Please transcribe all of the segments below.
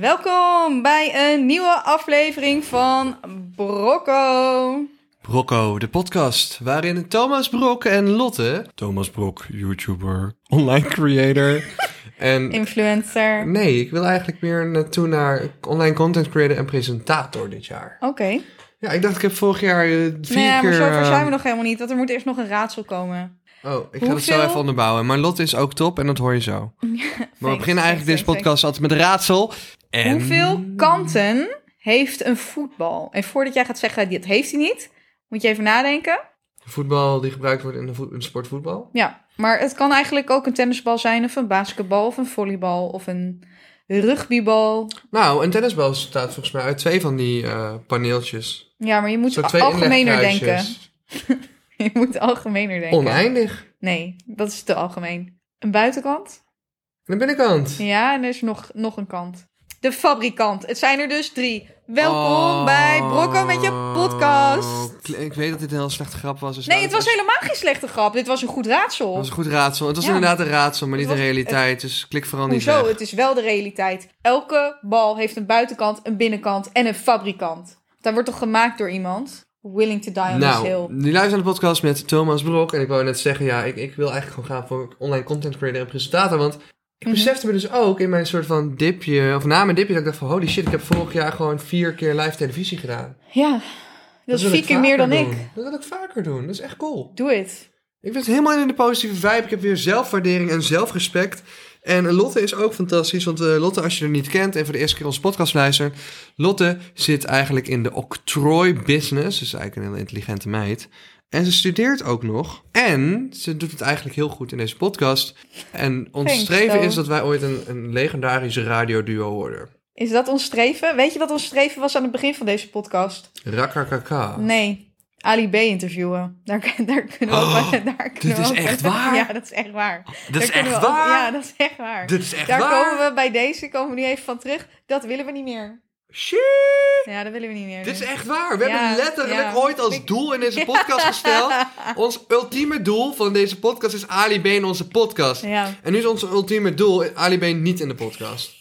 Welkom bij een nieuwe aflevering van Brocco. Brocco, de podcast waarin Thomas Brok en Lotte... Thomas Brok, YouTuber, online creator en... Influencer. Nee, ik wil eigenlijk meer naartoe naar online content creator en presentator dit jaar. Oké. Ja, ik dacht ik heb vorig jaar 4 keer... Nee, maar zover zijn we nog helemaal niet, want er moet eerst nog een raadsel komen. Oh, ik ga het zo even onderbouwen. Maar Lotte is ook top en dat hoor je zo. Maar we beginnen eigenlijk deze podcast altijd met een raadsel. En... Hoeveel kanten heeft een voetbal? En voordat jij gaat zeggen, dit heeft hij niet, moet je even nadenken. Voetbal die gebruikt wordt in de sport voetbal? Ja, maar het kan eigenlijk ook een tennisbal zijn, of een basketbal, of een volleybal, of een rugbybal. Nou, een tennisbal bestaat volgens mij uit 2 van die paneeltjes. Ja, maar je moet Zo 2 algemener denken. inlegkruisjes. Je moet algemener denken. Oneindig. Nee, dat is te algemeen. Een buitenkant? En de binnenkant. Ja, en er is nog een kant. De fabrikant. Het zijn er dus 3. Welkom bij Brocco met je podcast. Ik weet dat dit een heel slechte grap was. Dus Nee, het was helemaal geen slechte grap. Dit was een goed raadsel. Het was een goed raadsel. Het was inderdaad een raadsel, maar niet de realiteit. Dus klik vooral niet weg. Hoezo? Het is wel de realiteit. Elke bal heeft een buitenkant, een binnenkant en een fabrikant. Dat wordt toch gemaakt door iemand? Willing to die on this hill. Nou, die luisteren de podcast met Thomas Brok. En ik wou net zeggen, ja, ik wil eigenlijk gewoon gaan voor online content creator en presentator. Want ik besefte me dus ook in mijn soort van dipje, of na mijn dipje, dat ik dacht van holy shit, ik heb vorig jaar gewoon 4 keer live televisie gedaan. Ja, dat is 4 keer meer dan ik. Dat wil ik vaker doen. Dat is echt cool. Doe het. Ik ben helemaal in de positieve vibe. Ik heb weer zelfwaardering en zelfrespect. En Lotte is ook fantastisch. Want Lotte, als je haar niet kent en voor de eerste keer onze podcast luistert. Lotte zit eigenlijk in de octrooi business. Dus eigenlijk een hele intelligente meid. En ze studeert ook nog. En ze doet het eigenlijk heel goed in deze podcast. En ons streven is dat wij ooit een legendarische radioduo worden. Is dat ons streven? Weet je wat ons streven was aan het begin van deze podcast? Rakakaka. Nee. Ali B interviewen. Daar kunnen we ook... Dit is echt waar? Ja, dat is echt waar. Dat is echt waar? Ja, dat is echt waar. Dit is echt daar waar? komen we bij deze, komen we nu even van terug. Dat willen we niet meer. Shit! Ja, dat willen we niet meer. Dit is echt waar. We hebben letterlijk ooit als doel in deze podcast gesteld. Ons ultieme doel van deze podcast is Ali B in onze podcast. Ja. En nu is ons ultieme doel Ali B niet in de podcast.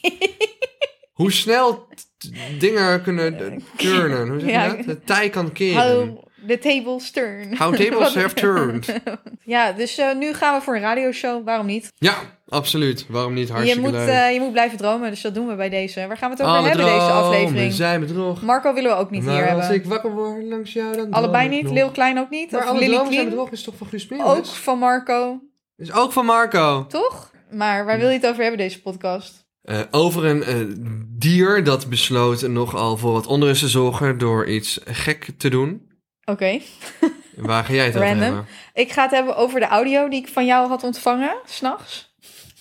Hoe snel dingen kunnen turnen. Hoe zeg je dat? De tij kan keren. The tables turn. How tables have turned. Ja, dus nu gaan we voor een radioshow. Waarom niet? Ja, absoluut. Waarom niet? Hartstikke leuk. Je moet blijven dromen, dus dat doen we bij deze. Waar gaan we het over hebben, deze aflevering? We zijn bedrog. Marco willen we ook niet hier hebben. Als ik wakker word langs jou, dan allebei niet? Leeuw Klein ook niet? Maar of alle Lily dromen zijn Clean? bedrog is toch van Guus Meeuwis? Ook van Marco. Is ook van Marco. Toch? Maar waar wil je het over hebben, deze podcast? Over een dier dat besloot nogal voor wat onrust te zorgen door iets gek te doen. Oké. Waar ga jij het over hebben? Ik ga het hebben over de audio die ik van jou had ontvangen, 's nachts.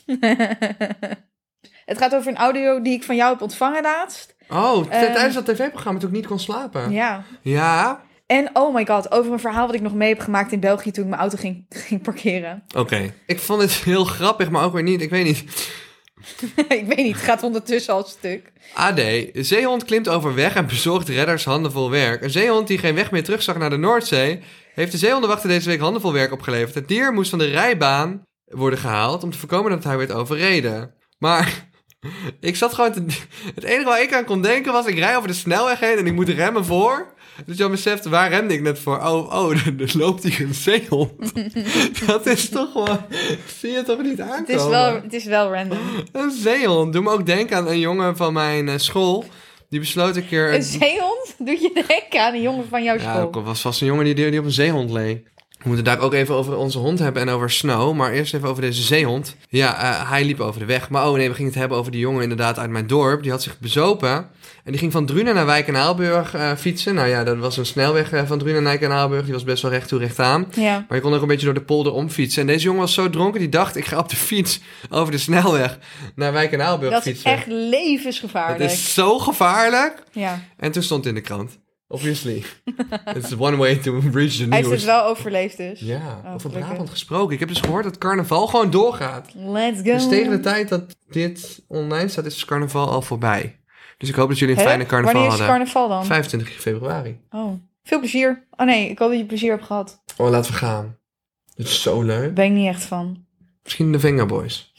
Het gaat over een audio die ik van jou heb ontvangen laatst. Oh, tijdens dat tv-programma toen ik niet kon slapen. Ja. Ja? En oh my god, over een verhaal wat ik nog mee heb gemaakt in België toen ik mijn auto ging parkeren. Oké. Ik vond het heel grappig, maar ook weer niet. Ik weet niet. Ik weet niet, het gaat ondertussen al stuk. AD. Zeehond klimt over weg en bezorgt redders handenvol werk. Een zeehond die geen weg meer terugzag naar de Noordzee... heeft de zeehondenwachter deze week handenvol werk opgeleverd. Het dier moest van de rijbaan worden gehaald... om te voorkomen dat hij werd overreden. Maar ik zat gewoon het enige waar ik aan kon denken was... ik rij over de snelweg heen en ik moet remmen voor... Dus je beseft, waar remde ik net voor? Er loopt hier een zeehond. Dat is toch gewoon... Zie je toch niet aankomen? Het is wel random. Een zeehond. Doe me ook denken aan een jongen van mijn school. Die besloot een keer... Een zeehond? Doe je denken aan een jongen van jouw school? Ja, er was vast een jongen die op een zeehond leek. We moeten daar ook even over onze hond hebben en over Snow. Maar eerst even over deze zeehond. Ja, hij liep over de weg. Maar we gingen het hebben over die jongen inderdaad uit mijn dorp. Die had zich bezopen. En die ging van Drunen naar Wijk en Aalburg fietsen. Nou ja, dat was een snelweg van Drunen naar Wijk en Aalburg. Die was best wel recht toe, recht aan. Ja. Maar je kon ook een beetje door de polder omfietsen. En deze jongen was zo dronken, die dacht... ik ga op de fiets over de snelweg naar Wijk en Aalburg fietsen. Dat is echt levensgevaarlijk. Dat is zo gevaarlijk. Ja. En toen stond het in de krant. Obviously. It's one way to reach the news. Hij heeft het wel overleefd dus. Ja, over Brabant gesproken. Ik heb dus gehoord dat carnaval gewoon doorgaat. Let's go. Dus tegen de tijd dat dit online staat, is carnaval al voorbij. Dus ik hoop dat jullie een fijne carnaval hadden. Wanneer is carnaval dan? 25 februari. Oh, veel plezier. Oh nee, ik hoop dat je plezier hebt gehad. Oh, laten we gaan. Het is zo leuk. Ben ik niet echt van. Misschien de Venga Boys.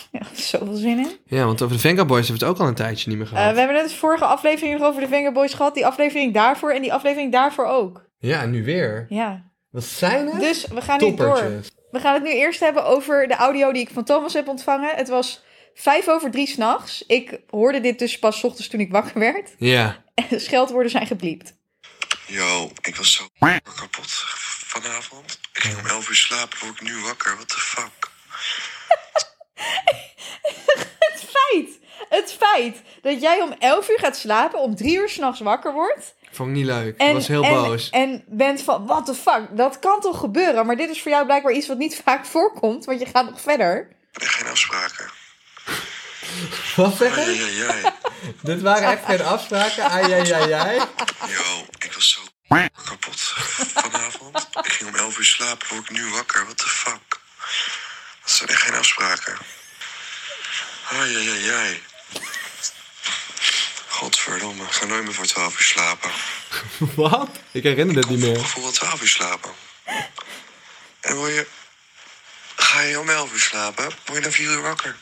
Ja, zoveel zin in. Ja, want over de Venga Boys hebben we het ook al een tijdje niet meer gehad. We hebben net de vorige aflevering nog over de Venga Boys gehad. Die aflevering daarvoor en die aflevering daarvoor ook. Ja, en nu weer. Ja. Wat zijn het? Dus we gaan nu door. We gaan het nu eerst hebben over de audio die ik van Thomas heb ontvangen. Het was 2:55 s'nachts. Ik hoorde dit dus pas 's ochtends toen ik wakker werd. Ja. En de scheldwoorden zijn gebliept. Yo, ik was zo kapot vanavond. Ik ging om 11 uur slapen, word ik nu wakker. What the fuck? Het feit dat jij om 11 uur gaat slapen, om 3 uur 's nachts wakker wordt. Vond ik niet leuk. Ik was heel boos. En bent van, what the fuck, dat kan toch gebeuren? Maar dit is voor jou blijkbaar iets wat niet vaak voorkomt, want je gaat nog verder. Echt geen afspraken. Wat zeg je? Ai. Dit waren echt geen afspraken. Ai. Yo, ik was zo kapot vanavond. Ik ging om 11 uur slapen, word ik nu wakker. What the fuck? Dat zijn echt geen afspraken. Ai. Godverdomme, ik ga nooit meer voor 12 uur slapen. Wat? Ik herinner het niet meer. Ik wil wel 12 uur slapen. En ga je om 11 uur slapen? Word je dan 4 uur wakker?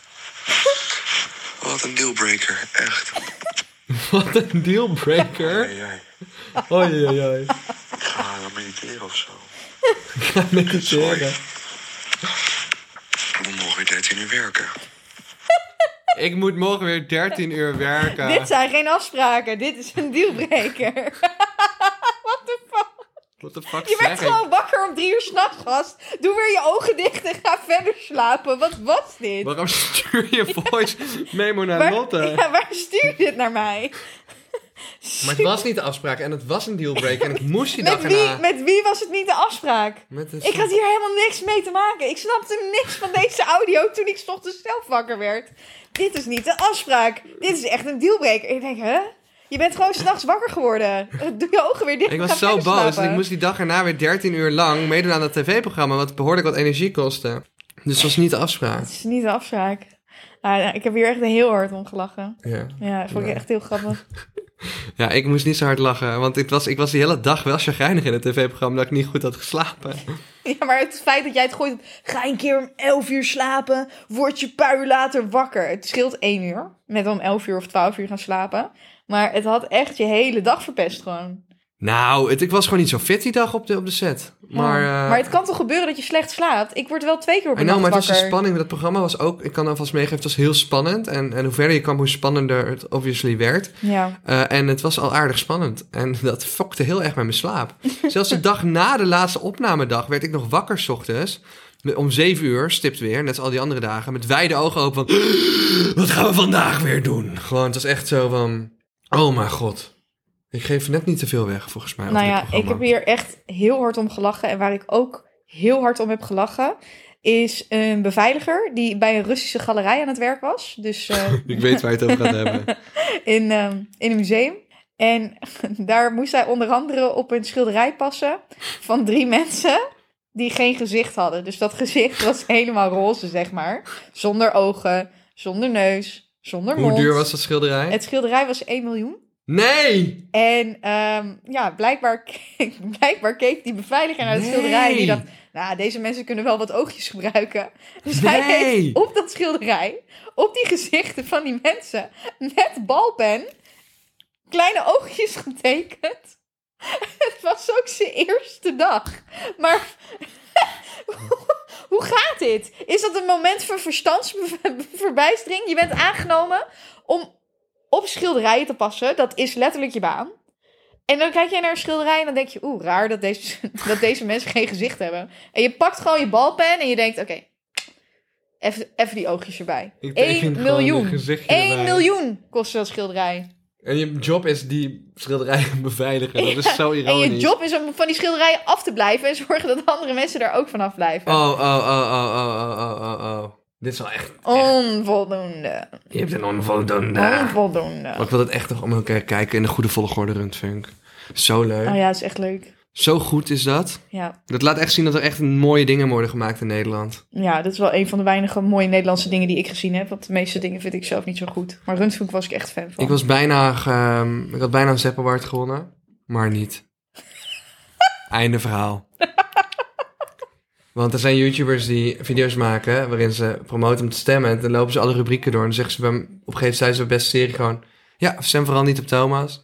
Wat een dealbreaker, echt. Wat een dealbreaker. Ai. Ik ga dan mediteren of zo. Ga mediteren. Ik moet morgen weer 13 uur werken. Ik moet morgen weer 13 uur werken. Dit zijn geen afspraken, dit is een dealbreaker. What the fuck? What the fuck Je zeg werd ik? gewoon wakker om 3 uur 's nachts, gast. Doe weer je ogen dicht en ga verder slapen. Wat was dit? Waarom stuur je voice memo naar Lotte? Ja, waar stuur je dit naar mij? Maar het was niet de afspraak en het was een dealbreaker en ik moest die dag Met wie was het niet de afspraak? Ik had hier helemaal niks mee te maken. Ik snapte niks van deze audio toen ik 's ochtends zelf wakker werd. Dit is niet de afspraak. Dit is echt een dealbreaker. Ik denk, hè? Je bent gewoon 's nachts wakker geworden. Doe je ogen weer dicht. Ik was zo boos en ik moest die dag erna weer 13 uur lang meedoen aan dat tv-programma, wat behoorlijk wat energie kostte. Dus dat was niet de afspraak. Het is niet de afspraak. Ik heb hier echt heel hard om gelachen. Ja, dat vond ik echt heel grappig. Ja, ik moest niet zo hard lachen, want ik was die hele dag wel chagrijnig in het tv-programma dat ik niet goed had geslapen. Ja, maar het feit dat jij het gooit, ga een keer om 11 uur slapen, word je een paar uur later wakker. Het scheelt 1 uur, met om 11 uur of 12 uur gaan slapen. Maar het had echt je hele dag verpest gewoon. Nou, ik was gewoon niet zo fit die dag op de set. Maar het kan toch gebeuren dat je slecht slaapt? Ik word wel 2 keer op een nacht maar wakker. het was de spanning. Dat programma was ook, ik kan alvast meegeven, het was heel spannend. En hoe verder je kwam, hoe spannender het obviously werd. Ja. En het was al aardig spannend. En dat fokte heel erg met mijn slaap. Zelfs de dag na de laatste opnamedag werd ik nog wakker 's ochtends. Om 7 uur, stipt weer, net als al die andere dagen. Met wijde ogen open van, wat gaan we vandaag weer doen? Gewoon, het was echt zo van, oh mijn god. Ik geef net niet te veel weg, volgens mij. Nou ja, ik heb hier echt heel hard om gelachen. En waar ik ook heel hard om heb gelachen, is een beveiliger die bij een Russische galerij aan het werk was. Dus, ik weet waar je het over gaat hebben. In een museum. En daar moest hij onder andere op een schilderij passen van 3 mensen die geen gezicht hadden. Dus dat gezicht was helemaal roze, zeg maar. Zonder ogen, zonder neus, zonder mond. Hoe duur was dat schilderij? Het schilderij was 1 miljoen. Nee! En blijkbaar keek die beveiliger naar het schilderij. Die dacht, nou, deze mensen kunnen wel wat oogjes gebruiken. Dus hij heeft op dat schilderij, op die gezichten van die mensen, met balpen, kleine oogjes getekend. Het was ook zijn eerste dag. Maar hoe gaat dit? Is dat een moment van verstandsverbijstering? Je bent aangenomen om op schilderijen te passen. Dat is letterlijk je baan. En dan kijk jij naar een schilderij en dan denk je, raar dat deze mensen geen gezicht hebben. En je pakt gewoon je balpen en je denkt, oké, even die oogjes erbij. 1 miljoen. 1 miljoen kost dat schilderij. En je job is die schilderijen beveiligen. Dat is zo ironisch. En je job is om van die schilderijen af te blijven en zorgen dat andere mensen daar ook vanaf blijven. Oh. Dit is wel echt onvoldoende. Je hebt een onvoldoende. Maar ik wil het echt nog om elkaar kijken in de goede volgorde, Rundfunk. Zo leuk. Oh ja, dat is echt leuk. Zo goed is dat. Ja. Dat laat echt zien dat er echt mooie dingen worden gemaakt in Nederland. Ja, dat is wel een van de weinige mooie Nederlandse dingen die ik gezien heb. Want de meeste dingen vind ik zelf niet zo goed. Maar Rundfunk was ik echt fan van. Ik had bijna een Zepp Award gewonnen. Maar niet. Einde verhaal. Want er zijn YouTubers die video's maken waarin ze promoten om te stemmen. En dan lopen ze alle rubrieken door en dan zeggen ze op een gegeven moment tijdens de beste serie gewoon... Ja, stem vooral niet op Thomas.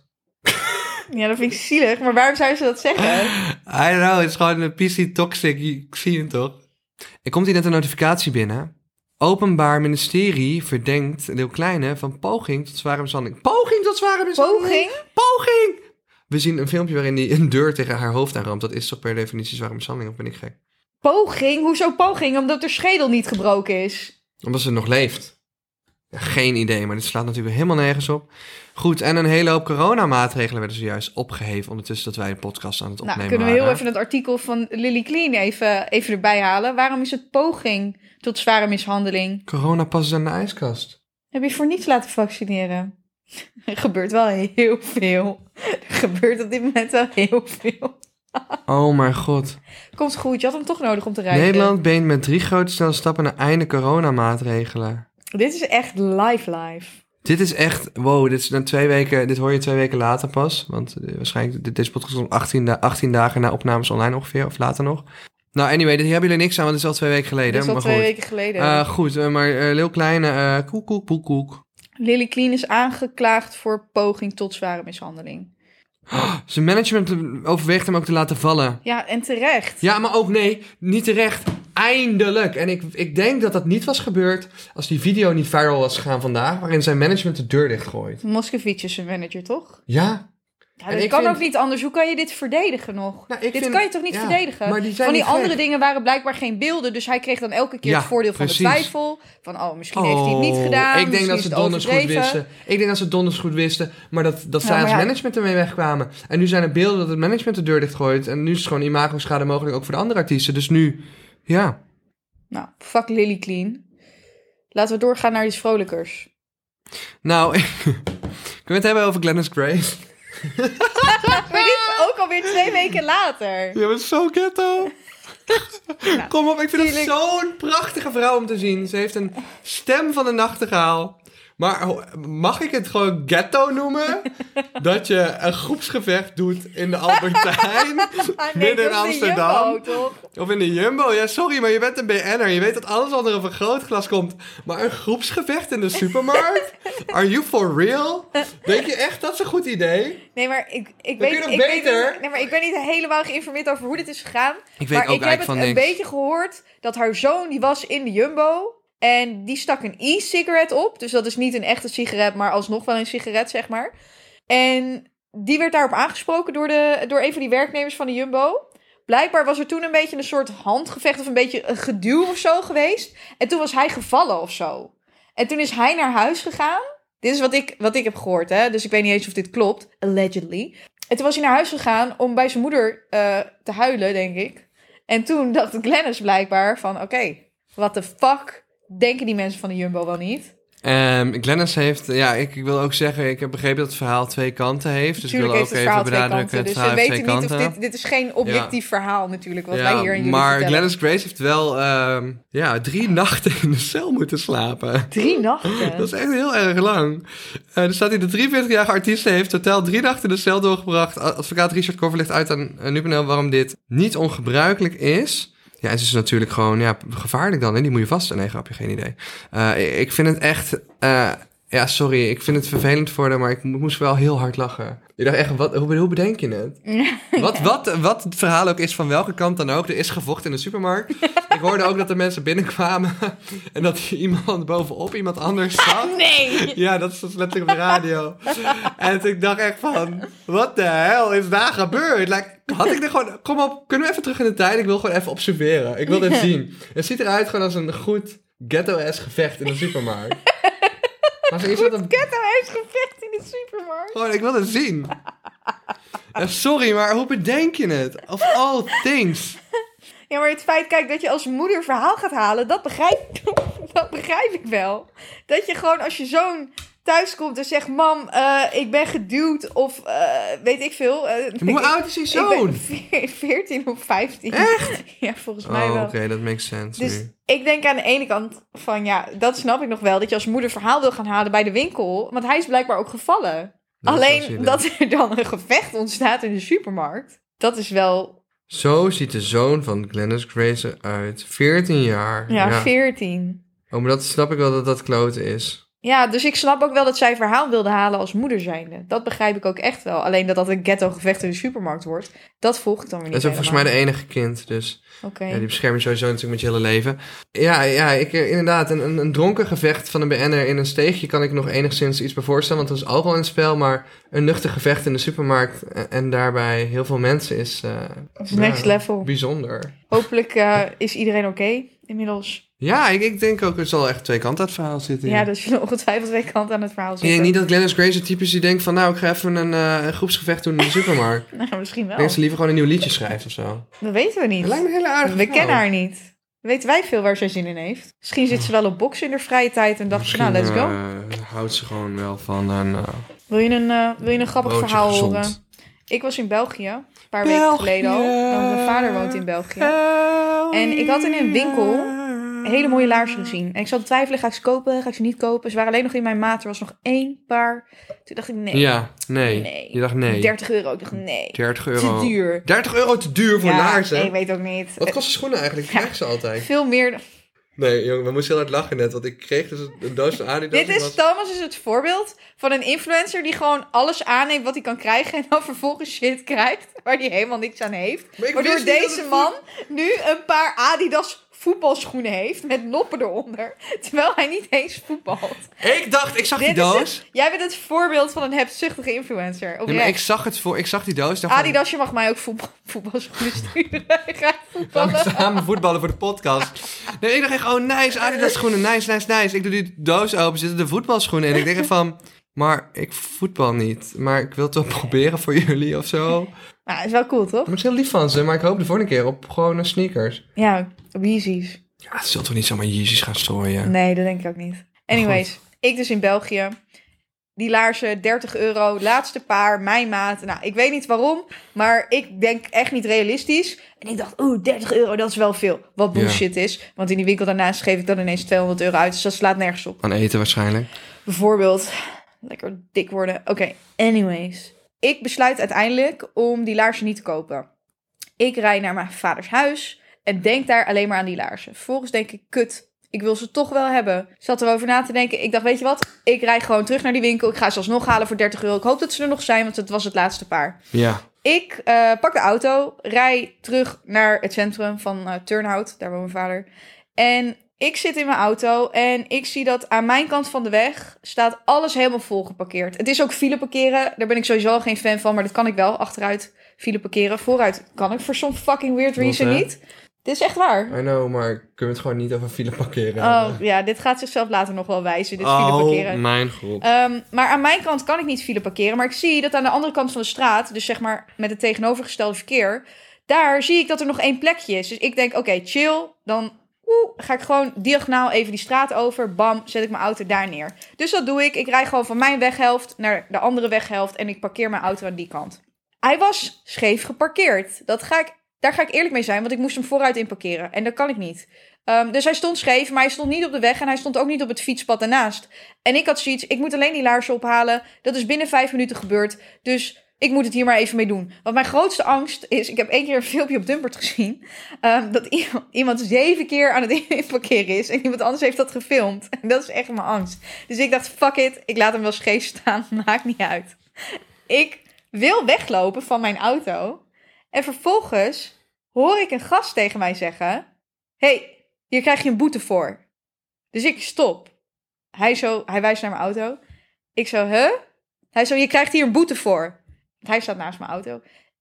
Ja, dat vind ik zielig. Maar waarom zouden ze dat zeggen? I don't know, het is gewoon een PC toxic. Ik zie het toch. Er komt hier net een notificatie binnen. Openbaar Ministerie verdenkt Leeuw Kleine van poging tot zware mishandeling. Poging tot zware mishandeling? Poging! We zien een filmpje waarin hij een deur tegen haar hoofd aanramt. Dat is toch per definitie zware mishandeling, of ben ik gek? Poging? Hoezo poging? Omdat haar schedel niet gebroken is. Omdat ze nog leeft. Ja, geen idee, maar dit slaat natuurlijk helemaal nergens op. Goed, en een hele hoop coronamaatregelen werden zojuist opgeheven... ondertussen dat wij de podcast aan het opnemen waren. Kunnen we heel even het artikel van Lily Clean even erbij halen? Waarom is het poging tot zware mishandeling? Corona past aan de ijskast. Heb je voor niets laten vaccineren? Er gebeurt wel heel veel. Er gebeurt op dit moment wel heel veel. Oh mijn god. Komt goed, je had hem toch nodig om te reizen. Nederland beent met 3 grote snelle stappen naar einde coronamaatregelen. Dit is echt live. Dit is echt, wow, dit is dan 2 weken, dit hoor je 2 weken later pas. Want waarschijnlijk, deze podcast komt 18 dagen na opnames online ongeveer, of later nog. Nou, anyway, hier hebben jullie niks aan, want het is al 2 weken geleden. Dit is al maar 2 goed. weken geleden. Goed, maar Leeuw Kleine, koek. Lily Clean is aangeklaagd voor poging tot zware mishandeling. Zijn management overweegt hem ook te laten vallen. Ja, en terecht. Ja, maar ook nee, niet terecht. Eindelijk. En ik denk dat dat niet was gebeurd als die video niet viral was gegaan vandaag, waarin zijn management de deur dichtgooit. Moscovici is zijn manager, toch? Ja. Ja, dat kan ook niet anders. Hoe kan je dit verdedigen nog? Nou, Kan je toch niet verdedigen? Maar die van die andere gek. dingen waren blijkbaar geen beelden. Dus hij kreeg dan elke keer het voordeel van de precies. twijfel. Van, misschien heeft hij het niet gedaan. Ik denk dat ze donders goed wisten. Ik denk dat ze donders goed wisten. Maar dat zij als management ermee wegkwamen. En nu zijn er beelden dat het management de deur dichtgooit. En nu is het gewoon imago-schade mogelijk ook voor de andere artiesten. Dus nu, ja. Nou, fuck Lily Clean. Laten we doorgaan naar iets vrolijkers. Nou, kunnen we het hebben over Glennis Grace? Maar dit is ook alweer 2 weken later. Ja, maar zo ghetto. Nou, kom op, ik vind het zo'n prachtige vrouw om te zien. Ze heeft een stem van een nachtegaal. Maar mag ik het gewoon ghetto noemen? Dat je een groepsgevecht doet in de Albertijn, midden in Amsterdam. Jumbo, toch? Of in de Jumbo. Ja, sorry, maar je bent een BN'er. Je weet dat alles onder een vergrootglas komt. Maar een groepsgevecht in de supermarkt? Are you for real? Denk je echt dat is een goed idee? Nee, maar ik kun weet je nog ik beter. Weet, nee, maar ik ben niet helemaal geïnformeerd over hoe dit is gegaan. Ik weet maar ook ik heb eigenlijk het van een niks. beetje gehoord dat haar zoon, die was in de Jumbo. En die stak een e-cigarette op. Dus dat is niet een echte sigaret, maar alsnog wel een sigaret, zeg maar. En die werd daarop aangesproken door een van die werknemers van de Jumbo. Blijkbaar was er toen een beetje een soort handgevecht of een beetje een geduw of zo geweest. En toen was hij gevallen of zo. En toen is hij naar huis gegaan. Dit is wat ik heb gehoord, hè. Dus ik weet niet eens of dit klopt. Allegedly. En toen was hij naar huis gegaan om bij zijn moeder te huilen, denk ik. En toen dacht Glennis blijkbaar van, oké, what the fuck denken die mensen van de Jumbo wel niet? Glennis heeft, ja, ik wil ook zeggen, ik heb begrepen dat het verhaal 2 kanten heeft. Dus Natuurlijk ik wil ook even benadrukken. Dus we weten niet of dit is geen objectief verhaal natuurlijk, wat wij hier aan jullie maar vertellen. Glennis Grace heeft wel 3 nachten in de cel moeten slapen. 3 nachten? Dat is echt heel erg lang. Er staat hier, de 43-jarige artiest heeft totaal 3 nachten in de cel doorgebracht. Advocaat Richard Korver legt uit aan nu.nl waarom dit niet ongebruikelijk is. Ja, en ze is natuurlijk gewoon gevaarlijk dan. Hè? Die moet je vast... Nee, grapje, geen idee. Ik vind het echt... sorry, ik vind het vervelend voor haar, maar ik moest wel heel hard lachen. Je dacht echt, hoe bedenk je het? Wat het verhaal ook is van welke kant dan ook. Er is gevochten in de supermarkt. Ik hoorde ook dat er mensen binnenkwamen en dat iemand bovenop iemand anders zat. Nee! Ja, dat is letterlijk op de radio. En ik dacht echt van, wat de hel is daar gebeurd? Had ik er gewoon, kom op, kunnen we even terug in de tijd? Ik wil gewoon even observeren. Ik wil dit zien. Het ziet eruit gewoon als een goed ghetto-ass gevecht in de supermarkt. Maar zo is dat een ghetto-ass gevecht in de supermarkt. Gewoon, ik wil het zien. Sorry, maar hoe bedenk je het? Of all things. Ja, maar het feit, kijk, dat je als moeder verhaal gaat halen, dat begrijp ik wel. Dat je gewoon als je zoon thuis komt en zegt, mam, ik ben geduwd of weet ik veel. Hoe oud is die zoon? Ik ben 14 of 15. Echt? Ja, volgens mij wel. Oké, dat makes sense. Dus nu. ik denk aan de ene kant van, ja, dat snap ik nog wel, dat je als moeder verhaal wil gaan halen bij de winkel. Want hij is blijkbaar ook gevallen. Alleen dat er dan een gevecht ontstaat in de supermarkt, dat is wel Zo ziet de zoon van Glennis Grace eruit. 14 jaar. Ja, 14. Oh, maar dat snap ik wel dat dat kloten is. Ja, dus ik snap ook wel dat zij verhaal wilde halen als moeder zijnde. Dat begrijp ik ook echt wel. Alleen dat een ghetto-gevecht in de supermarkt wordt, dat volg ik dan weer niet. Dat is ook volgens mij de enige kind, dus... Oké. Ja, die bescherm je sowieso natuurlijk met je hele leven. Ja, inderdaad, een dronken gevecht van een BN'er in een steegje kan ik nog enigszins iets bij voorstellen, want er is alcohol in het spel, maar een nuchter gevecht in de supermarkt en daarbij heel veel mensen is... next level. Bijzonder. Hopelijk is iedereen oké inmiddels. Ja, ik denk ook, er zal echt twee kanten aan het verhaal zitten. Ja, dus je ongetwijfeld twee kanten aan het verhaal Ik zitten. denk niet dat Glennis Grace het type is die denkt van, nou, ik ga even een groepsgevecht doen in de supermarkt. Nou, misschien wel. Ik denk dat ze liever gewoon een nieuw liedje schrijft of zo. Dat weten we niet. Dat lijkt me een hele aardige We vrouw. kennen haar niet. Weten wij veel waar zij zin in heeft. Misschien zit ze wel op boksen in haar vrije tijd en dacht ze, nou, let's go. Houdt ze gewoon wel van Wil je een grappig broodje verhaal gezond. horen? Ik was in België, een paar weken geleden al. Want mijn vader woont in België. En ik had in een winkel hele mooie laarzen gezien. En ik zat te twijfelen, ga ik ze kopen, ga ik ze niet kopen? Ze waren alleen nog in mijn maat, er was nog 1 paar. Toen dacht ik, nee. Ja, nee. Nee. Je dacht nee. 30 euro. Ik dacht, nee. 30 euro. Te duur. 30 euro te duur voor laarzen? Ik weet ook niet. Wat kosten schoenen eigenlijk? Ik krijg ze altijd. Veel meer. Nee, jongen, we moesten heel hard lachen net. Want ik kreeg dus een doos van Adidas. Thomas is het voorbeeld van een influencer die gewoon alles aanneemt wat hij kan krijgen. En dan vervolgens shit krijgt waar hij helemaal niks aan heeft. Maar ik Waardoor wist niet dat deze het man nu een paar Adidas voetbalschoenen heeft met noppen eronder. Terwijl hij niet eens voetbalt. Ik zag die doos. Jij bent het voorbeeld van een hebzuchtige influencer. Nee, maar ik zag die doos. Dacht Adidas, je mag mij ook voetbalschoenen sturen. Ik ga Gaan we voetballen. samen voetballen voor de podcast. Nee, ik dacht echt, oh nice, Adidas schoenen, nice. Ik doe die doos open, zitten de voetbalschoenen in. Ik denk echt van, maar ik voetbal niet. Maar ik wil het toch proberen voor jullie of zo. Nou, is wel cool, toch? Maar het is heel lief van ze, maar ik hoop de volgende keer op gewoon sneakers. Ja, op Yeezys. Ja, ze zullen toch niet zomaar Yeezys gaan strooien? Nee, dat denk ik ook niet. Anyways, ik dus in België. Die laarzen, 30 euro, laatste paar, mijn maat. Nou, ik weet niet waarom, maar ik denk echt niet realistisch. En ik dacht, 30 euro, dat is wel veel. Wat bullshit is. Want in die winkel daarnaast geef ik dan ineens 200 euro uit. Dus dat slaat nergens op. Aan eten waarschijnlijk. Bijvoorbeeld, lekker dik worden. Oké, anyways. Ik besluit uiteindelijk om die laarzen niet te kopen. Ik rijd naar mijn vaders huis en denk daar alleen maar aan die laarzen. Vervolgens denk ik, kut, ik wil ze toch wel hebben. Ik zat erover na te denken. Ik dacht, weet je wat? Ik rijd gewoon terug naar die winkel. Ik ga ze alsnog halen voor 30 euro. Ik hoop dat ze er nog zijn, want het was het laatste paar. Ja. Ik pak de auto, rij terug naar het centrum van Turnhout. Daar woont mijn vader. En ik zit in mijn auto en ik zie dat aan mijn kant van de weg staat alles helemaal vol geparkeerd. Het is ook file parkeren. Daar ben ik sowieso al geen fan van, maar dat kan ik wel. Achteruit file parkeren. Vooruit kan ik voor some fucking weird reason niet. Dit is echt waar. I know, maar kunnen we het gewoon niet over file parkeren? Oh ja, dit gaat zichzelf later nog wel wijzen, dit file parkeren. Oh mijn god. Maar aan mijn kant kan ik niet file parkeren. Maar ik zie dat aan de andere kant van de straat, dus zeg maar met het tegenovergestelde verkeer, daar zie ik dat er nog 1 plekje is. Dus ik denk, oké, chill. Dan ga ik gewoon diagonaal even die straat over. Bam, zet ik mijn auto daar neer. Dus dat doe ik. Ik rijd gewoon van mijn weghelft naar de andere weghelft en ik parkeer mijn auto aan die kant. Hij was scheef geparkeerd. Daar ga ik eerlijk mee zijn, want ik moest hem vooruit inparkeren. En dat kan ik niet. Dus hij stond scheef, maar hij stond niet op de weg en hij stond ook niet op het fietspad daarnaast. En ik had zoiets, ik moet alleen die laarzen ophalen. Dat is binnen 5 minuten gebeurd. Dus ik moet het hier maar even mee doen. Want mijn grootste angst is, ik heb 1 keer een filmpje op Dumpert gezien, dat iemand 7 keer aan het inparkeren is en iemand anders heeft dat gefilmd. En dat is echt mijn angst. Dus ik dacht, fuck it, ik laat hem wel scheef staan, maakt niet uit. Ik wil weglopen van mijn auto en vervolgens hoor ik een gast tegen mij zeggen, hey, hier krijg je een boete voor. Dus ik stop. Hij wijst naar mijn auto. Ik zo, huh? Hij zo, je krijgt hier een boete voor. Hij staat naast mijn auto.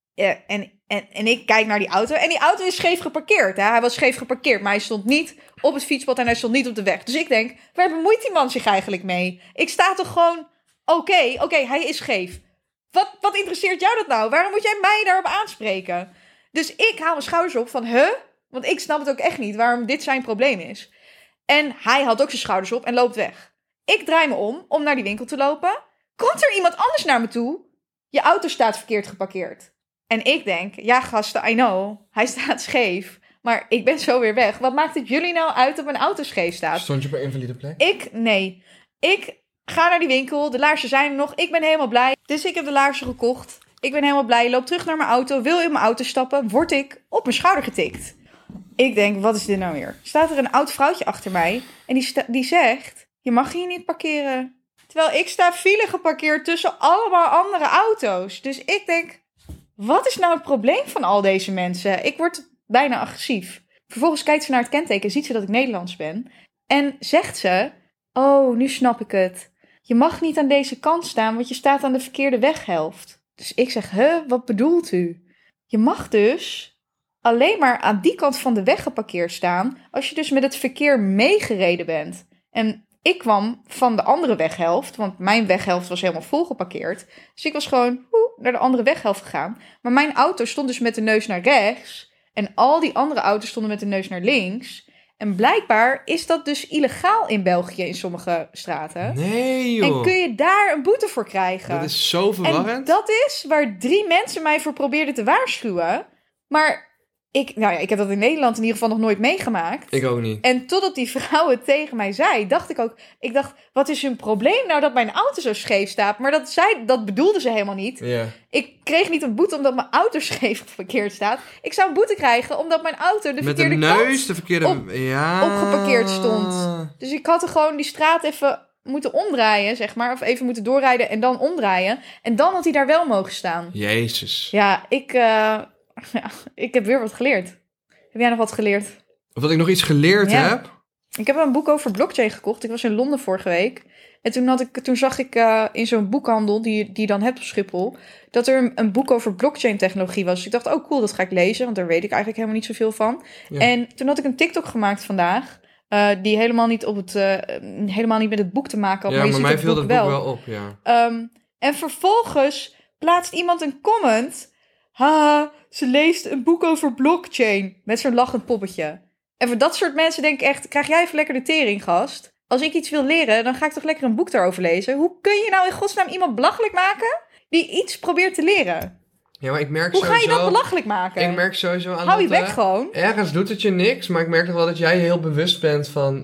En ik kijk naar die auto. En die auto is scheef geparkeerd. Hè? Hij was scheef geparkeerd, maar hij stond niet op het fietspad en hij stond niet op de weg. Dus ik denk, waar bemoeit die man zich eigenlijk mee? Ik sta toch gewoon, oké, hij is scheef. Wat interesseert jou dat nou? Waarom moet jij mij daarop aanspreken? Dus ik haal mijn schouders op van, huh? Want ik snap het ook echt niet waarom dit zijn probleem is. En hij haalt ook zijn schouders op en loopt weg. Ik draai me om naar die winkel te lopen. Komt er iemand anders naar me toe? Je auto staat verkeerd geparkeerd. En ik denk, ja gasten, I know, hij staat scheef. Maar ik ben zo weer weg. Wat maakt het jullie nou uit dat mijn auto scheef staat? Stond je op een invalide plek? Nee. Ik ga naar die winkel, de laarzen zijn er nog, ik ben helemaal blij. Dus ik heb de laarzen gekocht. Ik ben helemaal blij, loop terug naar mijn auto, wil in mijn auto stappen, word ik op mijn schouder getikt. Ik denk, wat is dit nou weer? Staat er een oud vrouwtje achter mij en die zegt, je mag hier niet parkeren. Terwijl ik sta file geparkeerd tussen allemaal andere auto's. Dus ik denk, wat is nou het probleem van al deze mensen? Ik word bijna agressief. Vervolgens kijkt ze naar het kenteken en ziet ze dat ik Nederlands ben. En zegt ze, oh, nu snap ik het. Je mag niet aan deze kant staan, want je staat aan de verkeerde weghelft. Dus ik zeg, wat bedoelt u? Je mag dus alleen maar aan die kant van de weg geparkeerd staan als je dus met het verkeer meegereden bent. En ik kwam van de andere weghelft, want mijn weghelft was helemaal vol geparkeerd. Dus ik was gewoon naar de andere weghelft gegaan. Maar mijn auto stond dus met de neus naar rechts en al die andere auto's stonden met de neus naar links. En blijkbaar is dat dus illegaal in België in sommige straten. Nee, joh. En kun je daar een boete voor krijgen. Dat is zo verwarrend. En dat is waar 3 mensen mij voor probeerden te waarschuwen. Maar ik heb dat in Nederland in ieder geval nog nooit meegemaakt. Ik ook niet. En totdat die vrouw het tegen mij zei, dacht ik ook... Ik dacht, wat is hun probleem nou dat mijn auto zo scheef staat? Maar dat bedoelde ze helemaal niet. Ja. Ik kreeg niet een boete omdat mijn auto scheef geparkeerd staat. Ik zou een boete krijgen omdat mijn auto de verkeerde kant Met de neus de verkeerde opgeparkeerd stond. Dus ik had er gewoon die straat even moeten omdraaien, zeg maar. Of even moeten doorrijden en dan omdraaien. En dan had hij daar wel mogen staan. Jezus. Ja, ik heb weer wat geleerd. Heb jij nog wat geleerd? Of dat ik nog iets geleerd heb? Ik heb een boek over blockchain gekocht. Ik was in Londen vorige week. En toen zag ik in zo'n boekhandel, die je dan hebt op Schiphol, dat er een boek over blockchain technologie was. Dus ik dacht, oh cool, dat ga ik lezen. Want daar weet ik eigenlijk helemaal niet zoveel van. Ja. En toen had ik een TikTok gemaakt vandaag. Die helemaal niet met het boek te maken had. Ja, maar mij viel dat boek wel op, ja. En vervolgens plaatst iemand een comment. Haha, ze leest een boek over blockchain. Met zo'n lachend poppetje. En voor dat soort mensen denk ik echt, krijg jij even lekker de tering, gast. Als ik iets wil leren, dan ga ik toch lekker een boek daarover lezen. Hoe kun je nou in godsnaam iemand belachelijk maken die iets probeert te leren? Ja, maar ik merk Hoe ga je dat belachelijk maken? Ik merk sowieso aan Hou je bek gewoon. Ergens doet het je niks, maar ik merk toch wel dat jij heel bewust bent van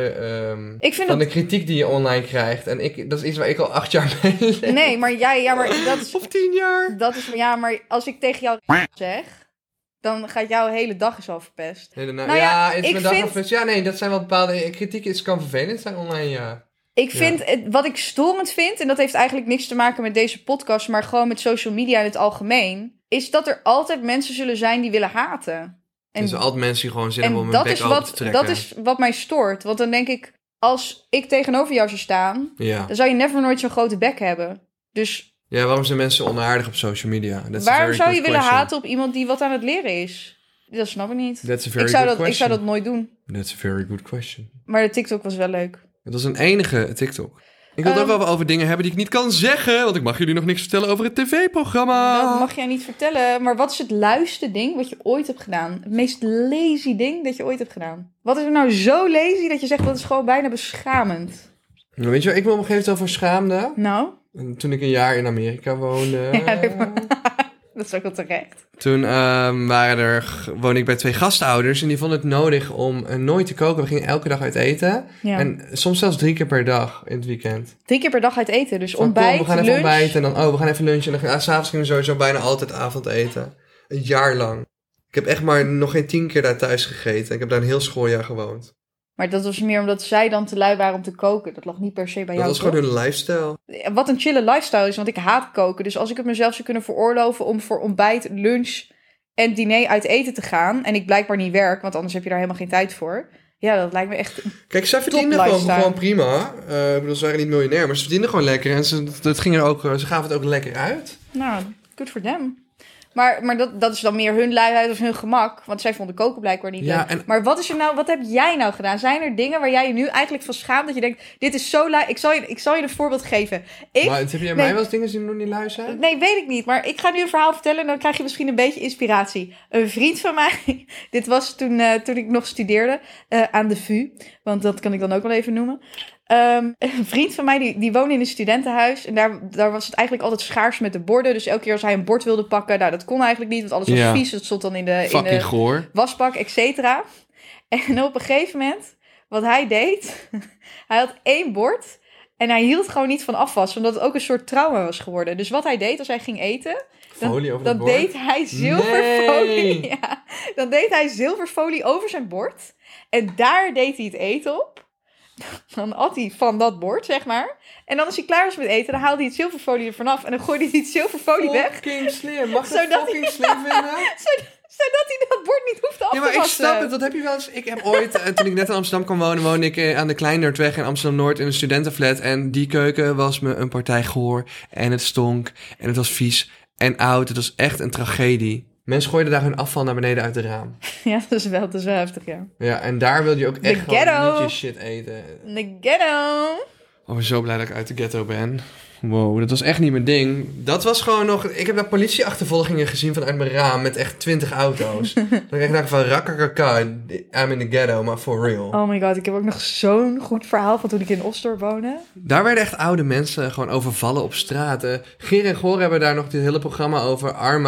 de kritiek die je online krijgt. En dat is iets waar ik al 8 jaar mee leef. Nee, maar dat is... Of 10 jaar. Dat is, maar als ik tegen jou zeg, dan gaat jouw hele dag is al verpest. Het is mijn dag al verpest. Ja, nee, dat zijn wel bepaalde kritiek. Het kan vervelend zijn online, ja. Ik vind, wat ik storend vind, en dat heeft eigenlijk niks te maken met deze podcast, maar gewoon met social media in het algemeen, is dat er altijd mensen zullen zijn die willen haten. En er zijn altijd mensen die gewoon zin hebben om hun bek open te trekken. Dat is wat mij stoort. Want dan denk ik, als ik tegenover jou zou staan, dan zou je never nooit zo'n grote bek hebben. Dus ja, waarom zijn mensen onaardig op social media? Waarom zou je willen haten op iemand die wat aan het leren is? Dat snap ik niet. Ik zou dat nooit doen. That's a very good question. Maar de TikTok was wel leuk. Het was een enige TikTok. Ik wil het ook wel over dingen hebben die ik niet kan zeggen. Want ik mag jullie nog niks vertellen over het tv-programma. Dat mag jij niet vertellen. Maar wat is het luiste ding wat je ooit hebt gedaan? Het meest lazy ding dat je ooit hebt gedaan? Wat is er nou zo lazy dat je zegt dat is gewoon bijna beschamend? Nou, weet je waar ik me op een gegeven moment over schaamde? Nou? Toen ik een jaar in Amerika woonde. Dat is ook wel terecht. Toen woonde ik bij 2 gastouders en die vonden het nodig om nooit te koken. We gingen elke dag uit eten. Ja. En soms zelfs 3 keer per dag in het weekend. 3 keer per dag uit eten? Dus ontbijt, we gaan even lunch. ontbijten en dan we gaan even lunchen. En dan 's avonds gingen we sowieso bijna altijd avondeten. Een jaar lang. Ik heb echt maar nog geen 10 keer daar thuis gegeten. Ik heb daar een heel schooljaar gewoond. Maar dat was meer omdat zij dan te lui waren om te koken. Dat lag niet per se bij jou, Dat was gewoon hun lifestyle. Wat een chille lifestyle is, want ik haat koken. Dus als ik het mezelf zou kunnen veroorloven om voor ontbijt, lunch en diner uit eten te gaan, en ik blijkbaar niet werk, want anders heb je daar helemaal geen tijd voor. Ja, dat lijkt me echt. Kijk, zij verdienden gewoon prima. Ik bedoel, ze waren niet miljonair, maar ze verdienden gewoon lekker. En ze gaven het ook lekker uit. Nou, good for them. Maar dat is dan meer hun luiheid of hun gemak. Want zij vonden koken blijkbaar niet leuk. Maar wat heb jij nou gedaan? Zijn er dingen waar jij je nu eigenlijk van schaamt? Dat je denkt, dit is zo lui. Ik zal je een voorbeeld geven. Maar heb jij mij wel eens dingen zien doen die lui zijn? Nee, weet ik niet. Maar ik ga nu een verhaal vertellen en dan krijg je misschien een beetje inspiratie. Een vriend van mij, dit was toen ik nog studeerde aan de VU. Want dat kan ik dan ook wel even noemen. Een vriend van mij, die woonde in een studentenhuis. En daar was het eigenlijk altijd schaars met de borden. Dus elke keer als hij een bord wilde pakken, nou, dat kon eigenlijk niet. Want alles was vies. Dat stond dan in de wasbak, et cetera. En op een gegeven moment, wat hij deed, hij had 1 bord. En hij hield gewoon niet van afwassen, omdat het ook een soort trauma was geworden. Dus wat hij deed als hij ging eten, Folie over dan het bord? deed hij zilverfolie. Nee. Ja, dan deed hij zilverfolie over zijn bord. En daar deed hij het eten op. Dan at hij van dat bord, zeg maar. En dan als hij klaar was met eten, dan haalde hij het zilverfolie ervan af. En dan gooide hij het zilverfolie weg. Fucking slim. Mag dat Zodat fucking slim vinden? Zodat hij dat bord niet hoefde af te Ja, wassen. maar ik snap het. Wat heb je wel eens... Ik heb ooit, toen ik net in Amsterdam kwam wonen, woonde ik aan de Kleinerdweg in Amsterdam-Noord in een studentenflat. En die keuken was me een partij goor. En het stonk. En het was vies en oud. Het was echt een tragedie. Mensen gooiden daar hun afval naar beneden uit het raam. Ja, dat is wel heftig, ja. Ja, en daar wilde je ook echt gewoon ghetto. niet je shit eten. De ghetto. Oh, ik ben zo blij dat ik uit de ghetto ben. Wow, dat was echt niet mijn ding. Dat was gewoon nog... Ik heb daar politieachtervolgingen gezien vanuit mijn raam met echt 20 auto's. Dan kreeg ik daar van rakkerkaka, I'm in the ghetto, maar for real. Oh my god, ik heb ook nog zo'n goed verhaal van toen ik in Osdorp woonde. Daar werden echt oude mensen gewoon overvallen op straat. Geer en Goor hebben daar nog dit hele programma over arme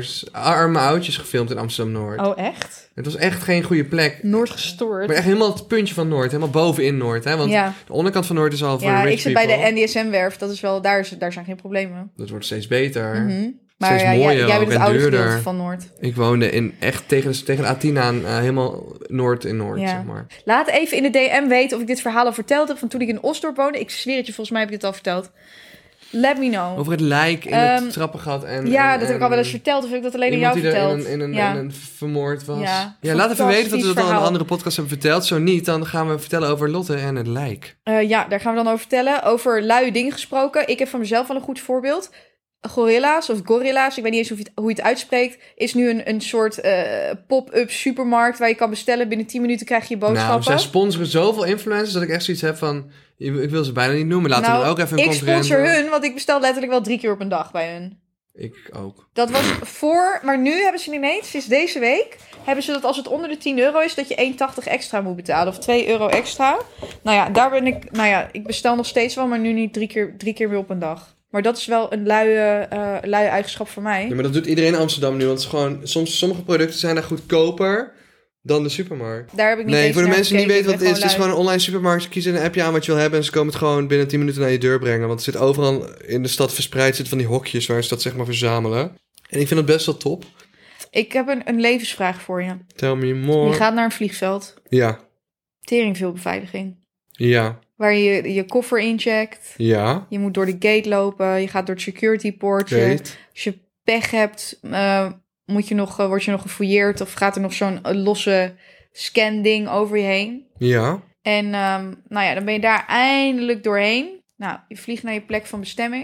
oudjes gefilmd in Amsterdam-Noord. Oh, echt? Het was echt geen goede plek. Noord gestoord. Maar echt helemaal het puntje van Noord, helemaal bovenin Noord. Hè? Want Ja. de onderkant van Noord is al voor Ja, rich ik zit people. bij de NDSM-werf, dat is wel, daar zijn geen problemen. Dat wordt steeds beter. Mhm. Maar Steeds ja, mooier jij ook bent het en oude duurder. gedeelte van Noord. Ik woonde in echt tegen A10 aan, helemaal Noord in Noord, Ja. zeg maar. Laat even in de DM weten of ik dit verhaal al verteld heb van toen ik in Osdorp woonde. Ik zweer het je, volgens mij heb ik dit al verteld. Let me know. Over het lijk in het trappengat en... Ja, en- dat heb ik al wel eens verteld. Of heb ik dat alleen aan iemand jou die er verteld? in Ja. een vermoord was. Ja, Laat even weten dat we fantastisch dat al in een verhaal. andere podcast hebben verteld. Zo niet, dan gaan we vertellen over Lotte en het lijk. Ja, daar gaan we dan over vertellen. Over luie dingen gesproken. Ik heb van mezelf wel een goed voorbeeld. Gorilla's of Gorilla's, ik weet niet eens hoe je het uitspreekt, is nu een soort pop-up supermarkt waar je kan bestellen. Binnen 10 minuten krijg je je Nou, boodschappen. zij sponsoren zoveel influencers dat ik echt zoiets heb van... Ik wil ze bijna niet noemen. Laten we dan ook even een ik concurrent... sponsor hun, want ik bestel letterlijk wel 3 keer op een dag bij hun. Ik ook. Dat was voor, maar nu hebben ze ineens, sinds deze week, hebben ze dat als het onder de €10 is, dat je 1,80 extra moet betalen. Of €2 extra. Nou ja, daar ben ik, ik bestel nog steeds wel, maar nu niet drie keer meer op een dag. Maar dat is wel een luie eigenschap voor mij. Ja, maar dat doet iedereen in Amsterdam nu. Want het is gewoon... Sommige producten zijn daar goedkoper dan de supermarkt. Daar heb ik niet Nee, eens voor de naar mensen die niet gekeken. weten wat het is. Ik Het ben is gewoon een online supermarkt. Je kiest een appje aan wat je wil hebben. En ze komen het gewoon binnen 10 minuten naar je deur brengen. Want er zit overal in de stad verspreid zitten van die hokjes waar ze dat zeg maar verzamelen. En ik vind het best wel top. Ik heb een levensvraag voor je. Tell me more. Je gaat naar een vliegveld. Ja. Tering veel beveiliging. Ja. Waar je je koffer incheckt. Ja. Je moet door de gate lopen. Je gaat door het security poortje. Weet. Als je pech hebt, word je nog gefouilleerd. Of gaat er nog zo'n losse scan-ding over je heen. Ja. En dan ben je daar eindelijk doorheen. Nou, je vliegt naar je plek van bestemming.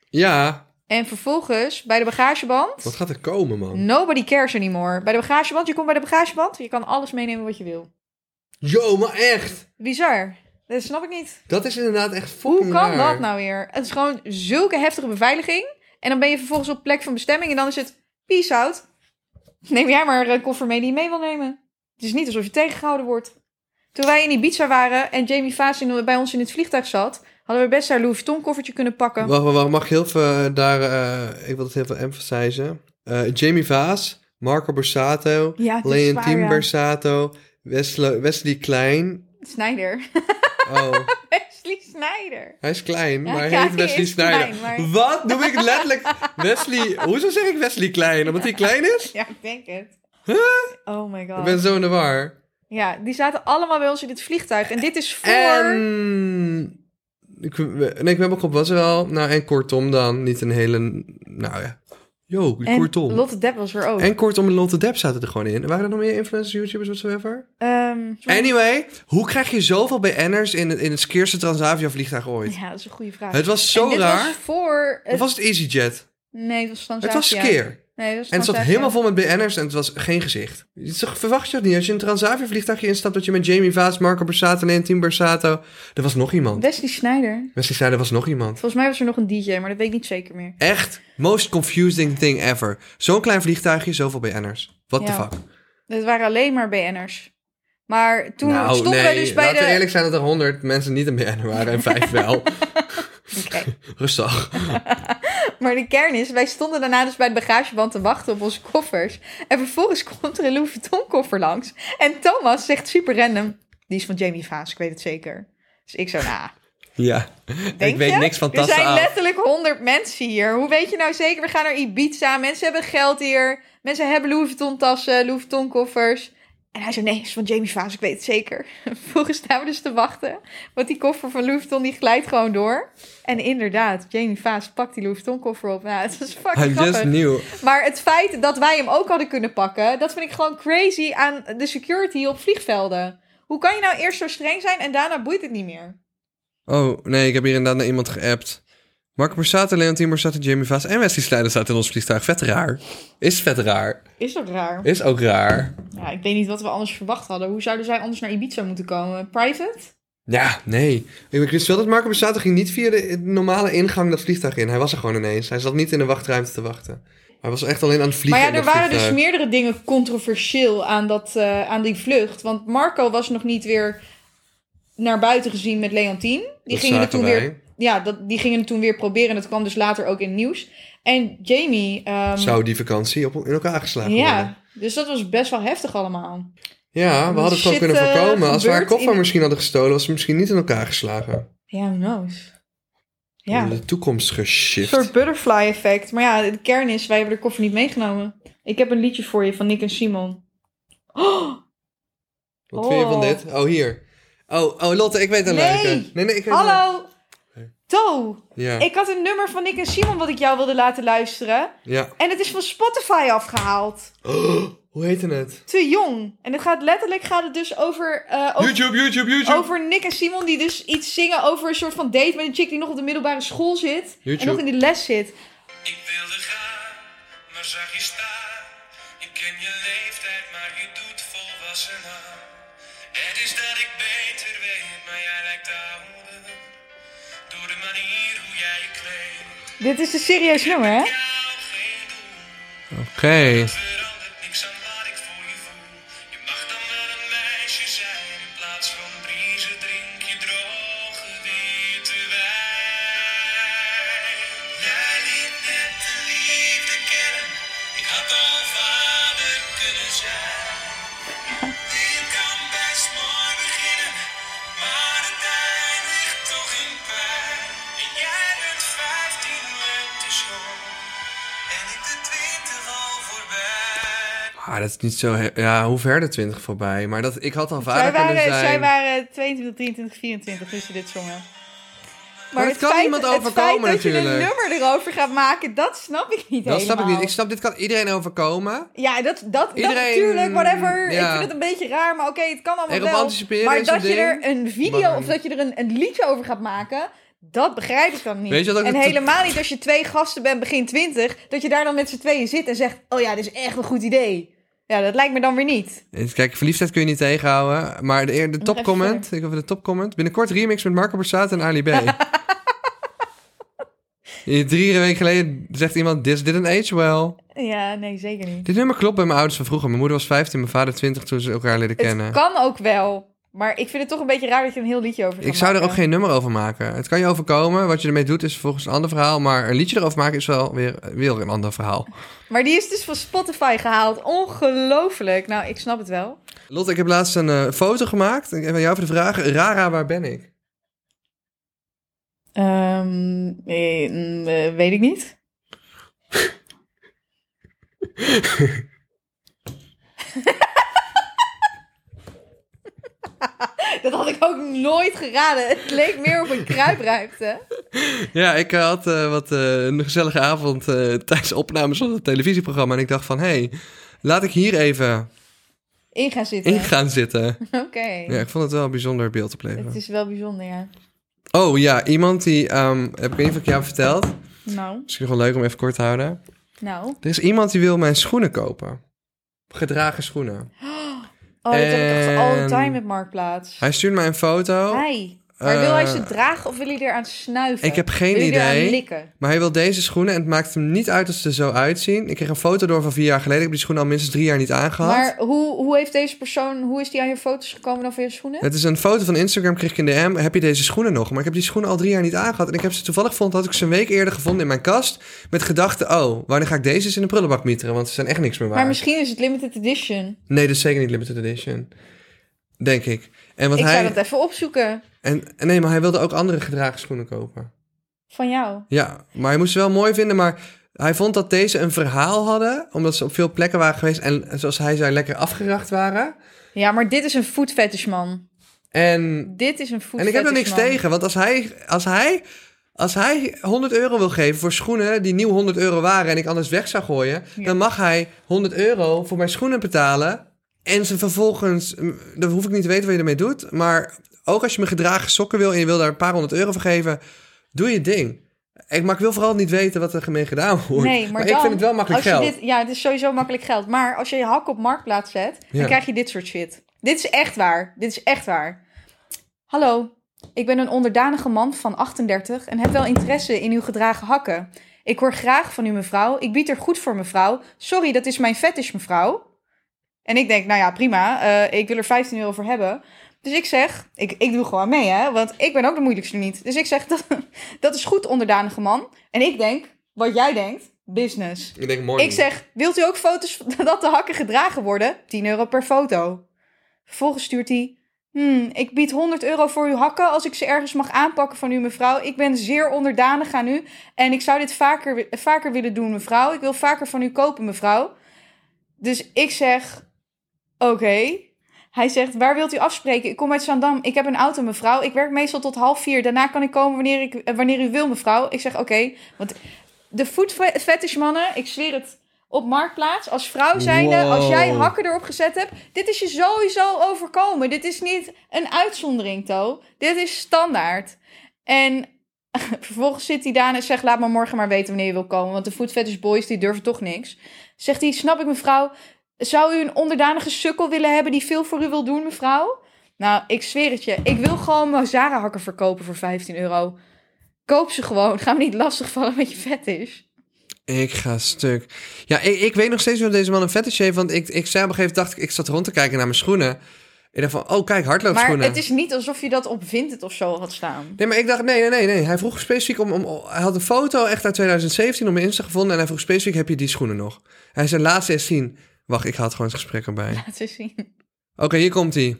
Ja. En vervolgens, bij de bagageband... Wat gaat er komen, man? Nobody cares anymore. Bij de bagageband, je komt bij de bagageband. Je kan alles meenemen wat je wil. Yo, maar echt. Bizar. Dat snap ik niet. Dat is inderdaad echt fucking Hoe kan raar. dat nou weer? Het is gewoon zulke heftige beveiliging. En dan ben je vervolgens op plek van bestemming. En dan is het peace out. Neem jij maar een koffer mee die je mee wil nemen. Het is niet alsof je tegengehouden wordt. Toen wij in Ibiza waren en Jamie Vaas bij ons in het vliegtuig zat... hadden we best haar Louis Vuitton koffertje kunnen pakken. Wacht, mag ik heel veel daar... ik wil het heel veel emphasizen. Jamie Vaas, Marco Borsato, Ja, het is Leontien zwaar, ja. Borsato, Wesley Klein. Snijder. Oh, Wesley Snijder. hij is klein, Ja, maar hij ja, heet hij Wesley is Snijder. klein, maar- Wat? Noem ik letterlijk Wesley... Hoezo zeg ik Wesley Klein? Omdat hij klein is? Ja, ik denk het. Oh my god. Ik ben zo in de war. Ja, die zaten allemaal bij ons in dit vliegtuig. En dit is voor... En... Ik ben ook op was er wel. Nou, en kortom dan. Niet een hele... Nou ja. Yo, En kortom. Lotte Depp was er ook. En kortom, en Lotte Depp zaten er gewoon in. Waren er nog meer influencers, YouTubers, whatsoever? Anyway, hoe krijg je zoveel BN'ers in het skeerste Transavia vliegtuig ooit? Ja, dat is een goede vraag. Het was zo en dit raar. was voor... Of was het EasyJet? Nee, het was Transavia. Het was skeer. Nee, het was En het zat Transavia. helemaal vol met BN'ers en het was geen gezicht. Verwacht je dat niet? Als je in een Transavia vliegtuigje instapt, dat je met Jamie Vaas, Marco Borsato, Leontien Borsato... Er was nog iemand. Wesley Snijder. Wesley zei, er was nog iemand. Volgens mij was er nog een DJ, maar dat weet ik niet zeker meer. Echt, most confusing thing ever. Zo'n klein vliegtuigje, zoveel BN'ers. What the Ja. fuck? Het waren alleen maar BN'ers. Maar toen stonden we dus bij laten we de... eerlijk zijn dat er 100 mensen niet een BN'er waren en 5 wel. Oké. Rustig. Maar de kern is, wij stonden daarna dus bij de bagageband te wachten op onze koffers. En vervolgens komt er een Louis Vuitton koffer langs. En Thomas zegt super random, die is van Jamie Vaas, ik weet het zeker. Dus ik zo, Ja, Denk ik weet je? niks van Er tassen zijn af. letterlijk 100 mensen hier. Hoe weet je nou zeker? We gaan naar Ibiza. Mensen hebben geld hier. Mensen hebben Louis Vuitton tassen, Louis Vuitton koffers. En hij zei, nee, het is van Jamie Vaas, ik weet het zeker. Vervolgens staan we dus te wachten. Want die koffer van Louis Vuitton, die glijdt gewoon door. En inderdaad, Jamie Vaas pakt die Louis Vuitton koffer op. Nou, het is fucking I grappig. just knew. Maar het feit dat wij hem ook hadden kunnen pakken... dat vind ik gewoon crazy aan de security op vliegvelden. Hoe kan je nou eerst zo streng zijn en daarna boeit het niet meer? Oh, nee, ik heb hier inderdaad naar iemand geappt. Marco Borsato, Leontien Borsato, Jamie Vaas en Wesley Sneijder staat in ons vliegtuig. Vet raar. Is vet raar. Is ook raar. Is ook raar. Ja, ik weet niet wat we anders verwacht hadden. Hoe zouden zij anders naar Ibiza moeten komen? Private? Ja, nee. Ik wist wel dat Marco Borsato ging niet via de normale ingang dat vliegtuig in. Hij was er gewoon ineens. Hij zat niet in de wachtruimte te wachten. Hij was echt alleen aan het vliegen. Maar ja, in er dat waren dus vliegtuig. meerdere dingen controversieel aan die vlucht. Want Marco was nog niet weer naar buiten gezien met Leontien. Die Dat gingen het zagen toen wij. weer... Ja, die gingen het toen weer proberen. En dat kwam dus later ook in het nieuws. En Jamie... Zou die vakantie in elkaar geslagen worden? ja, dus dat was best wel heftig allemaal. Ja, we hadden het gewoon Shit, kunnen voorkomen. Als we haar gebeurt koffer in- misschien hadden gestolen, was ze misschien niet in elkaar geslagen. Ja, who knows? Ja, In de toekomst een geshift. soort butterfly effect. Maar ja, de kern is, wij hebben de koffer niet meegenomen. Ik heb een liedje voor je van Nick en Simon. Oh, Wat vind je van Oh. dit? Oh, hier. Oh, Lotte, ik weet een Nee. leuke. Nee, ik weet hallo! Oké. To! Ja. Ik had een nummer van Nick en Simon wat ik jou wilde laten luisteren. Ja. En het is van Spotify afgehaald. Hoe heette het? Te jong. En het gaat letterlijk dus over YouTube. over Nick en Simon die dus iets zingen over een soort van date met een chick die nog op de middelbare school zit. YouTube. En nog in die les zit. Ik wilde gaan, maar zag je staan. Ik ken je leeftijd, maar je doet volwassen aan. Het is dat ik beter weet, maar jij lijkt ouder. Door de manier hoe jij je kleedt. Dit is een serieus nummer, hè? Jou geen doel, Oké. verandert niks aan wat ik voor je voel. Je mag dan wel een meisje zijn, in plaats van briezen drink je droge witte wijn. Jij liet net de liefde kennen, ik had al vader kunnen zijn. Dit kan best mooi beginnen, maar het eindigt toch in pijn. En jij bent 15 lentes jong, en ik de 20 al voorbij. Ah, dat is niet zo... Ja, hoe ver de 20 voorbij? Maar ik had al vader kunnen zijn. Zij waren 22, 23, 24 toen ze dit zongen. Maar het kan iemand overkomen het feit dat je een natuurlijk. nummer erover gaat maken, dat snap ik niet Dat helemaal. snap ik niet. Ik snap, dit kan iedereen overkomen. Ja, dat Iedereen- natuurlijk, whatever. ja. Ik vind het een beetje raar, maar oké, het kan allemaal Erop wel. anticiperen Maar is dat een je ding. er een video Maar- of dat je er een liedje over gaat maken, dat begrijp ik dan niet. Weet je wat ook en het- helemaal niet als je 2 gasten bent, begin 20, dat je daar dan met z'n tweeën zit en zegt, oh ja, dit is echt een goed idee. Ja, dat lijkt me dan weer niet. Kijk, verliefdheid kun je niet tegenhouden. Maar de even topcomment... Ik over de topcomment. Binnenkort remix met Marco Borsato en Ali B. 3 weken geleden zegt iemand... This didn't age well. Ja, nee, zeker niet. Dit nummer klopt bij mijn ouders van vroeger. Mijn moeder was 15, mijn vader 20 toen ze elkaar leren kennen. Het kan ook wel. Maar ik vind het toch een beetje raar dat je een heel liedje over gaat Ik zou er ook maken. geen nummer over maken. Het kan je overkomen. Wat je ermee doet is volgens een ander verhaal. Maar een liedje erover maken is wel weer een ander verhaal. Maar die is dus van Spotify gehaald. Ongelooflijk. Nou, ik snap het wel. Lotte, ik heb laatst een foto gemaakt. Ik heb aan jou voor de vraag. Rara, waar ben ik? Weet ik niet. Dat had ik ook nooit geraden. Het leek meer op een kruipruimte. Ja, ik had een gezellige avond tijdens opnames van het televisieprogramma. En ik dacht van, hé, laat ik hier even In gaan zitten. in gaan zitten. Oké. Ja, ik vond het wel een bijzonder beeld opleveren. Het is wel bijzonder, ja. Oh ja, iemand die, ik weet niet of ik jou heb verteld. Nou, Misschien nog wel leuk om even kort te houden. nou. Er is iemand die wil mijn schoenen kopen. Gedragen schoenen. Oh, dat heb ik echt all the En- time met Marktplaats. Hij stuurt mij een foto. Hij. Maar wil hij ze Eh, dragen of wil hij eraan snuiven? Ik heb geen wil hij eraan idee. likken? Maar hij wil deze schoenen en het maakt hem niet uit als ze er zo uitzien. Ik kreeg een foto door van 4 jaar geleden. Ik heb die schoenen al minstens 3 jaar niet aangehad. Maar hoe heeft deze persoon... Hoe is die aan je foto's gekomen dan van je schoenen? Het is een foto van Instagram, kreeg ik in de DM. Heb je deze schoenen nog? Maar ik heb die schoenen al 3 jaar niet aangehad. En ik heb ze toevallig gevonden, had ik ze een week eerder gevonden in mijn kast. Met gedachte, oh, wanneer ga ik deze eens in de prullenbak mieteren? Want ze zijn echt niks meer waard. Maar misschien is het limited edition. Nee, dat is zeker niet limited edition. Denk ik. En wat Ik hij... zou dat even opzoeken. En nee, maar hij wilde ook andere gedragen schoenen kopen. Van jou. Ja, maar hij moest ze wel mooi vinden, maar hij vond dat deze een verhaal hadden, omdat ze op veel plekken waren geweest en zoals hij zei, lekker afgeracht waren. Ja, maar dit is een food fetish, man. En Dit is een food En ik heb er fetish, niks man. tegen, want als hij 100 euro wil geven voor schoenen die nieuw 100 euro waren en ik anders weg zou gooien, Ja. dan mag hij 100 euro voor mijn schoenen betalen en ze vervolgens, dan hoef ik niet te weten wat je ermee doet, maar ook als je me gedragen sokken wil en je wil daar een paar 100 euro voor geven, doe je ding. Maar ik wil vooral niet weten wat er ermee gedaan wordt. Nee, maar ik dan, vind het wel makkelijk als je geld. ja, het is sowieso makkelijk geld. Maar als je je hak op Marktplaats zet, Ja. dan krijg je dit soort shit. Dit is echt waar. Dit is echt waar. Hallo, ik ben een onderdanige man van 38 en heb wel interesse in uw gedragen hakken. Ik hoor graag van u, mevrouw. Ik bied er goed voor, mevrouw. Sorry, dat is mijn fetish, mevrouw. En ik denk, nou ja, prima. Ik wil er 15 euro voor hebben. Dus ik zeg, ik doe gewoon mee, hè. Want ik ben ook de moeilijkste niet. Dus ik zeg, dat is goed, onderdanige man. En ik denk, wat jij denkt, business. Ik denk morgen. Ik zeg, wilt u ook foto's dat de hakken gedragen worden? 10 euro per foto. Vervolgens stuurt hij, ik bied 100 euro voor uw hakken als ik ze ergens mag aanpakken van u, mevrouw. Ik ben zeer onderdanig aan u en ik zou dit vaker willen doen, mevrouw. Ik wil vaker van u kopen, mevrouw. Dus ik zeg, oké. Hij zegt, waar wilt u afspreken? Ik kom uit Zaandam. Ik heb een auto, mevrouw. Ik werk meestal tot 3:30. Daarna kan ik komen wanneer u wil, mevrouw. Ik zeg, oké. Want de food fetish mannen, ik zweer het, op Marktplaats, als vrouw zijnde, Wow. als jij hakken erop gezet hebt, dit is je sowieso overkomen. Dit is niet een uitzondering, To. Dit is standaard. En vervolgens zit hij daar en zegt, laat me morgen maar weten wanneer je wil komen. Want de food fetish boys, die durven toch niks. Zegt hij, snap ik, mevrouw. Zou u een onderdanige sukkel willen hebben die veel voor u wil doen, mevrouw? Nou, ik zweer het je. Ik wil gewoon mijn Zara-hakken verkopen voor 15 euro. Koop ze gewoon. Ga me niet lastigvallen met je fetish. Ik ga stuk. Ja, ik weet nog steeds niet of deze man een fetish heeft, want ik zei op een gegeven moment, dacht ik zat rond te kijken naar mijn schoenen. Ik dacht van, oh kijk, hardloopschoenen. Maar het is niet alsof je dat op Vinted of zo had staan. Nee, maar ik dacht, nee. Hij vroeg specifiek hij had een foto echt uit 2017 op mijn Insta gevonden en hij vroeg specifiek, heb je die schoenen nog? Hij zei, laat ze eens zien. Wacht, ik had gewoon het gesprek erbij. Laat eens zien. Oké, hier komt hij.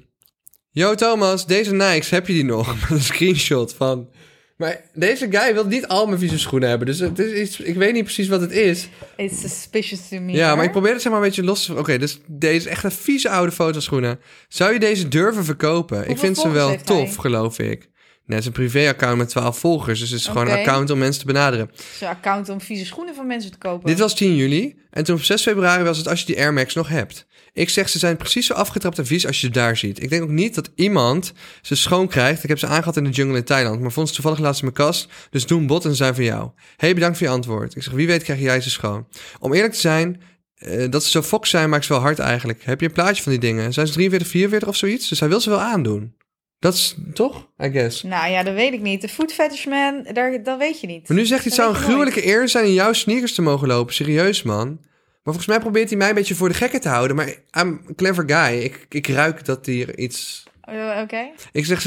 Yo Thomas, deze Nikes, heb je die nog? Met een screenshot van... Maar deze guy wil niet al mijn vieze schoenen hebben. Dus het is iets, ik weet niet precies wat het is. It's suspicious to me. Ja, maar hoor. ik probeer het zeg maar een beetje los te... Oké, dus deze is echt een vieze oude fotoschoenen. Zou je deze durven verkopen? Ik vind ze volgers wel heeft tof, hij? geloof ik. Nee, het is een privé-account met 12 volgers. Dus het is gewoon een Oké. account om mensen te benaderen. Het is een account om vieze schoenen van mensen te kopen. Dit was 10 juli. En toen op 6 februari was het als je die Air Max nog hebt. Ik zeg, ze zijn precies zo afgetrapt en vies als je ze daar ziet. Ik denk ook niet dat iemand ze schoon krijgt. Ik heb ze aangehad in de jungle in Thailand. Maar vond ze toevallig laatst in mijn kast. Dus doe een bot en ze zijn van jou. Hey, bedankt voor je antwoord. Ik zeg, wie weet krijg jij ze schoon. Om eerlijk te zijn, dat ze zo fox zijn maakt ze wel hard eigenlijk. Heb je een plaatje van die dingen? Zijn ze 43, 44 of zoiets? Dus hij wil ze wel aandoen. Dat is toch, I guess. Nou ja, dat weet ik niet. De food fetish man, dat weet je niet. Maar nu zegt hij, het Dat zou een weet je nooit. gruwelijke eer zijn in jouw sneakers te mogen lopen. Serieus, man. Maar volgens mij probeert hij mij een beetje voor de gekken te houden. Maar I'm a clever guy. Ik ruik dat hier iets... Oké. Ik zeg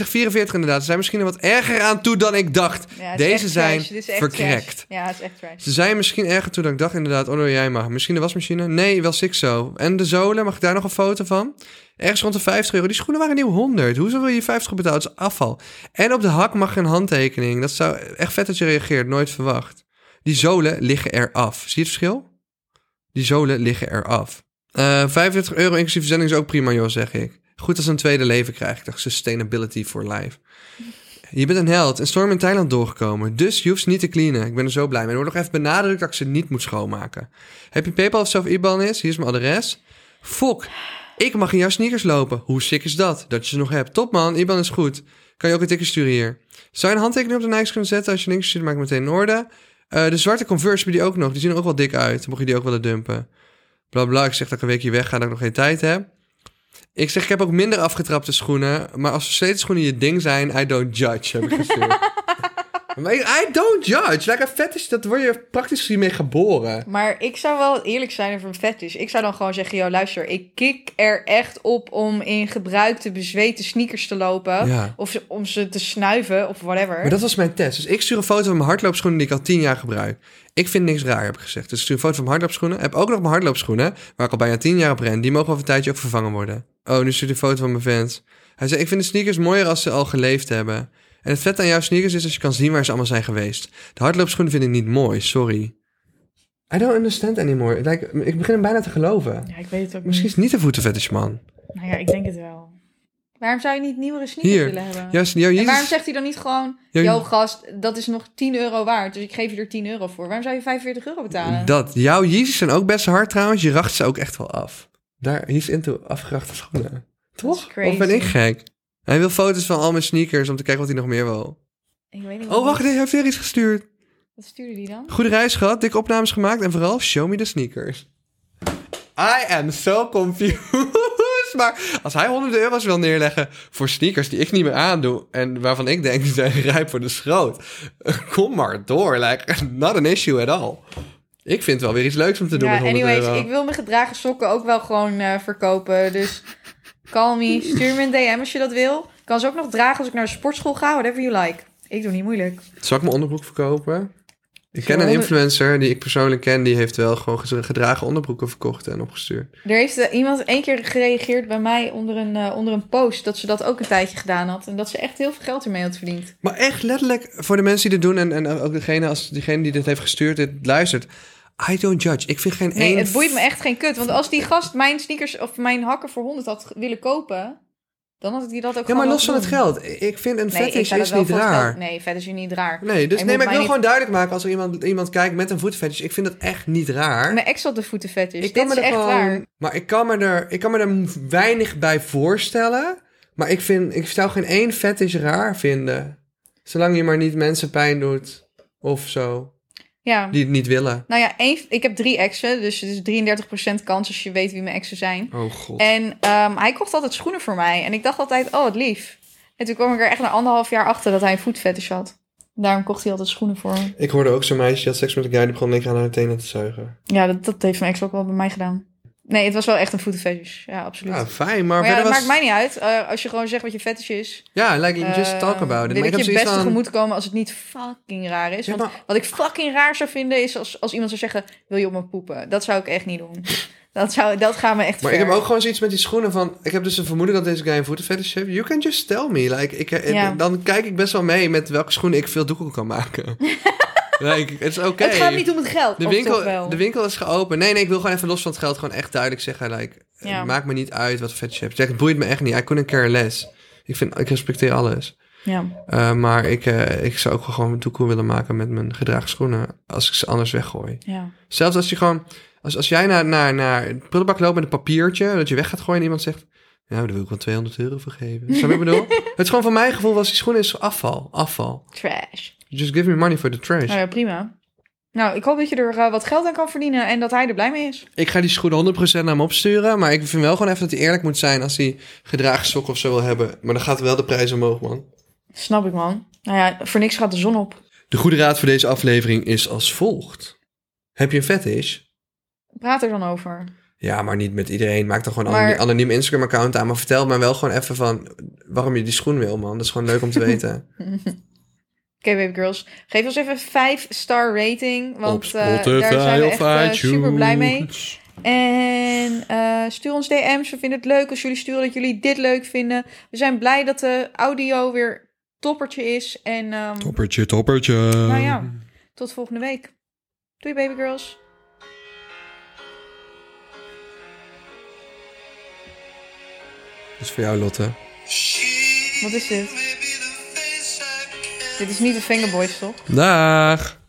44 inderdaad. Ze zijn misschien er wat erger aan toe dan ik dacht. Ja, het is Deze echt zijn trash. Dit is echt verkrekt. trash. Ja, het is echt trash. Ze zijn misschien erger toe dan ik dacht inderdaad. Oh, nou, jij mag. Misschien de wasmachine? Nee, wel Sixo. En de zolen, mag ik daar nog een foto van? Ergens rond de 50 euro. Die schoenen waren nieuw 100. Hoezo wil je 50 betalen? Dat is afval. En op de hak mag er een handtekening. Dat zou echt vet dat je reageert. Nooit verwacht. Die zolen liggen eraf. Zie je het verschil? Die zolen liggen eraf. 45 euro inclusief verzending is ook prima, joh, zeg ik. Goed als een tweede leven krijg ik. Dacht, sustainability for life. Je bent een held. Een storm in Thailand doorgekomen. Dus je hoeft ze niet te cleanen. Ik ben er zo blij mee. Er wordt nog even benadrukt dat ik ze niet moet schoonmaken. Heb je PayPal of zelf IBAN is? Hier is mijn adres. Fok. Ik mag in jouw sneakers lopen. Hoe sick is dat? Dat je ze nog hebt. Top man, IBAN is goed. Kan je ook een tikje sturen hier. Zou je een handtekening op de Nikes kunnen zetten? Als je links stuurt, maak ik meteen in orde. De zwarte Converse hebben die ook nog. Die zien er ook wel dik uit. Mocht je die ook willen dumpen. Blabla. Ik zeg dat ik een weekje weg ga, dat ik nog geen tijd heb. Ik zeg, ik heb ook minder afgetrapte schoenen. Maar als versleten schoenen je ding zijn, I don't judge, heb ik gestuurd. Maar I don't judge. Like a fetish, dat word je praktisch gezien mee geboren. Maar ik zou wel eerlijk zijn over een fetish. Ik zou dan gewoon zeggen, yo, luister, ik kik er echt op om in gebruikte, bezweten sneakers te lopen. Ja. Of om ze te snuiven, of whatever. Maar dat was mijn test. Dus ik stuur een foto van mijn hardloopschoenen die ik al 10 jaar gebruik. Ik vind niks raar, heb ik gezegd. Dus ik stuur een foto van mijn hardloopschoenen. Heb ook nog mijn hardloopschoenen, waar ik al bijna 10 jaar op ren. Die mogen over een tijdje ook vervangen worden. Oh, nu stuurt een foto van mijn fans. Hij zei, ik vind de sneakers mooier als ze al geleefd hebben. En het vet aan jouw sneakers is als je kan zien waar ze allemaal zijn geweest. De hardloopschoenen vind ik niet mooi, sorry. I don't understand anymore. Ik begin hem bijna te geloven. Ja, ik weet het ook Misschien is niet. het niet een voetenfetish, man. Nou ja, ik denk het wel. Waarom zou je niet nieuwere sneakers Hier. willen hebben? Juist, jouw En Yeezys... waarom zegt hij dan niet gewoon... Yo gast, dat is nog €10 waard. Dus ik geef je er €10 voor. Waarom zou je €45 betalen? Jouw Yeezys zijn ook best hard trouwens. Je racht ze ook echt wel af. Daar, he's into afgerachte schoenen. Toch? Crazy. Of ben ik gek? Hij wil foto's van al mijn sneakers om te kijken wat hij nog meer wil. Ik weet niet Oh, wacht, hij heeft weer iets gestuurd. Wat stuurde die dan? Goede reis gehad, dikke opnames gemaakt en vooral show me the sneakers. I am so confused. Maar als hij €100 wil neerleggen voor sneakers die ik niet meer aandoe en waarvan ik denk die zijn rijp voor de schroot, kom maar door. Like, not an issue at all. Ik vind het wel weer iets leuks om te doen Ja, met €100. anyways, ik wil mijn gedragen sokken ook wel gewoon verkopen. Dus call me, stuur me een DM als je dat wil. Ik kan ze ook nog dragen als ik naar de sportschool ga, whatever you like. Ik doe niet moeilijk. Zal ik mijn onderbroek verkopen? Ik ken Voor een 100 influencer die ik persoonlijk ken, die heeft wel gewoon gedragen onderbroeken verkocht en opgestuurd. Er heeft iemand 1 keer gereageerd bij mij onder een post dat ze dat ook een tijdje gedaan had. En dat ze echt heel veel geld ermee had verdiend. Maar echt letterlijk, voor de mensen die dit doen en ook diegene die dit heeft gestuurd, dit luistert. I don't judge. Ik vind geen Nee, één... het boeit me echt geen kut. Want als die gast mijn sneakers of mijn hakken voor 100 had willen kopen, dan had ik dat ook Ja, gewoon maar los van laten het doen. geld. Ik vind een Nee, ik fetish zou dat is wel niet voor het raar. geld- Nee, fetish is niet raar. Nee, dus Je nee, moet maar ik wil mij gewoon duidelijk maken als er iemand kijkt met een voetfetish. Ik vind dat echt niet raar. Mijn ex had de voetenfetish. Ik kan Dit me is er echt gewoon- waar. Maar ik kan me er weinig bij voorstellen. Maar ik zou geen één fetish raar vinden. Zolang je maar niet mensen pijn doet. Of zo. Ja. Die het niet willen. Nou ja, ik heb 3 exen. Dus het is 33% kans als je weet wie mijn exen zijn. Oh god. En hij kocht altijd schoenen voor mij. En ik dacht altijd, oh, wat lief. En toen kwam ik er echt na 1,5 jaar achter dat hij een voetfetish had. Daarom kocht hij altijd schoenen voor me. Ik hoorde ook zo'n meisje die had seks met een guy die begon niks aan haar tenen te zuigen. Ja, dat heeft mijn ex ook wel bij mij gedaan. Nee, het was wel echt een voetenfetish. Ja, absoluut. Ja, fijn. Maar Maar ja, verder het was... maakt mij niet uit. Als je gewoon zegt wat je fetish is. Ja, like, just talk about it. Wil Maar ik je zoiets best van- tegemoet komen als het niet fucking raar is. Ja, Want maar- wat ik fucking raar zou vinden is als iemand zou zeggen, wil je op me poepen? Dat zou ik echt niet doen. Dat gaat me echt Maar ver. ik heb ook gewoon zoiets met die schoenen van... Ik heb dus een vermoeden dat deze guy een voetenfetish heeft. You can just tell me. Like, Ja. Dan kijk ik best wel mee met welke schoenen ik veel doekoe kan maken. Like, het is oké. Het gaat niet om het geld. De of toch wel? winkel, de winkel is geopend. Nee, ik wil gewoon even los van het geld gewoon echt duidelijk zeggen. Like, Ja. maakt me niet uit wat voor fetish je hebt. Zeg, het boeit me echt niet. I couldn't care less. Ik respecteer alles. Ja, Maar ik zou ook gewoon mijn doekoe willen maken met mijn gedragen schoenen. Als ik ze anders weggooi. ja. Zelfs als je gewoon... Als jij naar het prullenbak loopt met een papiertje... dat je weg gaat gooien en iemand zegt... Nou, daar wil ik wel €200 voor geven. Snap je wat ik bedoel? Het is gewoon van mijn gevoel... was die schoenen is afval. Trash. Just give me money for the trash. Nou ja, prima. Nou, ik hoop dat je er wat geld aan kan verdienen en dat hij er blij mee is. Ik ga die schoenen 100% naar hem opsturen... maar ik vind wel gewoon even dat hij eerlijk moet zijn... als hij gedragen sokken of zo wil hebben. Maar dan gaat wel de prijs omhoog, man. Snap ik, man. Nou ja, voor niks gaat de zon op. De goede raad voor deze aflevering is als volgt. Heb je een fetish? Praat er dan over. Ja, maar niet met iedereen. Maak dan gewoon Maar- een anoniem Instagram-account aan. Maar vertel maar wel gewoon even van... waarom je die schoen wil, man. Dat is gewoon leuk om te weten. Oké, baby girls. Geef ons even 5-star rating. Want Op Spotify daar zijn we of echt super blij mee. iTunes. En stuur ons DM's. We vinden het leuk als jullie sturen dat jullie dit leuk vinden. We zijn blij dat de audio weer toppertje is. En Toppertje. nou ja, tot volgende week. Doei, baby girls. Dat is voor jou, Lotte. Wat is dit? Dit is niet de Fingerboys, toch? Dag.